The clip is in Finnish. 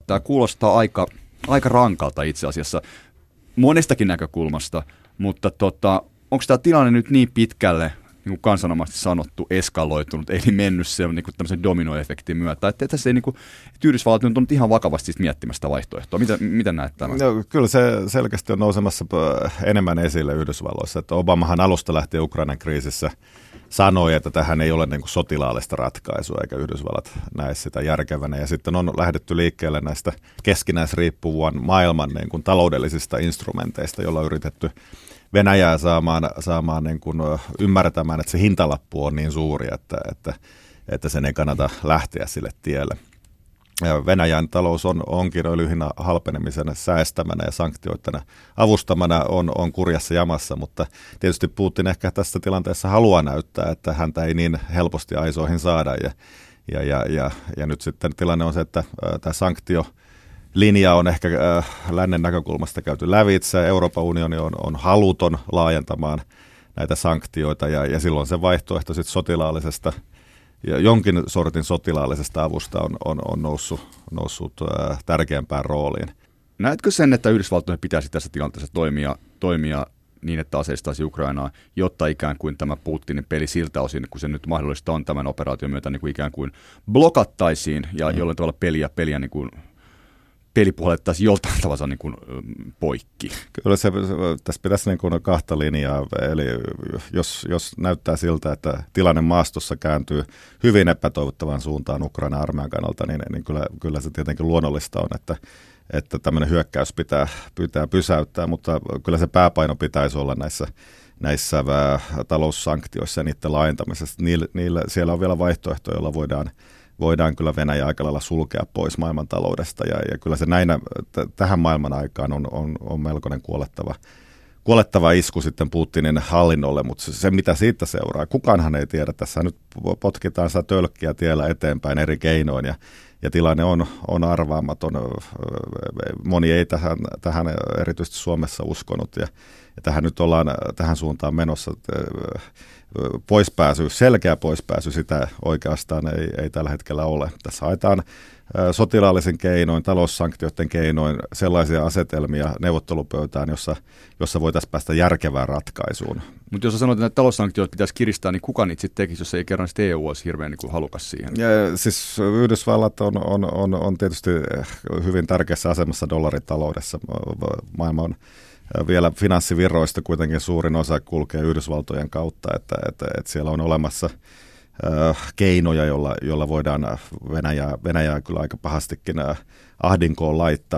Tämä kuulostaa aika rankalta itse asiassa monestakin näkökulmasta, mutta onko tämä tilanne nyt niin pitkälle, niin kuin kansanomaisesti sanottu, eskaloitunut, eli mennyt se niin kuin tämmöisen dominoefektin myötä, että tässä ei että Yhdysvallat nyt on ihan vakavasti miettimästä vaihtoehtoa. Miten näet tämän? No, kyllä se selkeästi on nousemassa enemmän esille Yhdysvalloissa, että Obamahan alusta lähtien Ukrainan kriisissä sanoi, että tähän ei ole niin kuin sotilaallista ratkaisua, eikä Yhdysvallat näe sitä järkevänä. Ja sitten on lähdetty liikkeelle näistä keskinäisriippuvan maailman niin kuin taloudellisista instrumenteista, joilla on yritetty Venäjää saamaan niin kuin ymmärtämään, että se hintalappu on niin suuri, että sen ei kannata lähteä sille tielle. Ja Venäjän talous onkin öljyhinnan halpenemisen säästämänä ja sanktioitana avustamana on kurjassa jamassa, mutta tietysti Putin ehkä tässä tilanteessa haluaa näyttää, että häntä ei niin helposti aisoihin saada. Ja nyt sitten tilanne on se, että tämä sanktiolinja on ehkä lännen näkökulmasta käyty lävitse. Euroopan unioni on haluton laajentamaan näitä sanktioita ja silloin se vaihtoehto sitten sotilaallisesta ja jonkin sortin sotilaallisesta avusta on noussut tärkeämpään rooliin. Näetkö sen, että Yhdysvaltojen pitäisi tässä tilanteessa toimia niin, että aseistaisi Ukrainaa, jotta ikään kuin tämä Putinin peli siltä osin, kun se nyt mahdollista on tämän operaation myötä, niin kuin ikään kuin blokattaisiin ja jollain tavalla peliä niin kuin peli puhallettaisiin joltain tavalla niin kuin poikki? Kyllä tässä pitäisi niin kuin kahta linjaa, eli jos näyttää siltä, että tilanne maastossa kääntyy hyvin epätoivottavaan suuntaan Ukrainan armeijan kannalta, niin kyllä se tietenkin luonnollista on, että tämmöinen hyökkäys pitää pysäyttää, mutta kyllä se pääpaino pitäisi olla näissä taloussanktioissa ja niiden laajentamisessa. Siellä on vielä vaihtoehtoja, joilla voidaan kyllä Venäjä aika lailla sulkea pois maailmantaloudesta ja kyllä se tähän maailman aikaan on melkoinen kuolettava isku sitten Putinin hallinnolle, mutta se mitä siitä seuraa, kukaanhan ei tiedä. Tässä nyt potkitaan sitä tölkkiä tiellä eteenpäin eri keinoin ja tilanne on arvaamaton. Moni ei tähän erityisesti Suomessa uskonut ja tähän nyt ollaan tähän suuntaan menossa. Selkeä poispääsy sitä oikeastaan ei tällä hetkellä ole. Tässä haetaan sotilaallisin keinoin, taloussanktioiden keinoin sellaisia asetelmia neuvottelupöytään, jossa voitaisiin päästä järkevään ratkaisuun. Mutta jos sanoit, että taloussanktioita pitäisi kiristää, niin kuka niitä sitten tekisi, jos ei kerran sitten EU olisi hirveän niin halukas siihen? Siis Yhdysvallat on tietysti hyvin tärkeässä asemassa dollaritaloudessa. Maailma on vielä finanssivirroista kuitenkin suurin osa kulkee Yhdysvaltojen kautta, että siellä on olemassa keinoja, jolla voidaan Venäjää kyllä aika pahastikin ahdinkoon laittaa.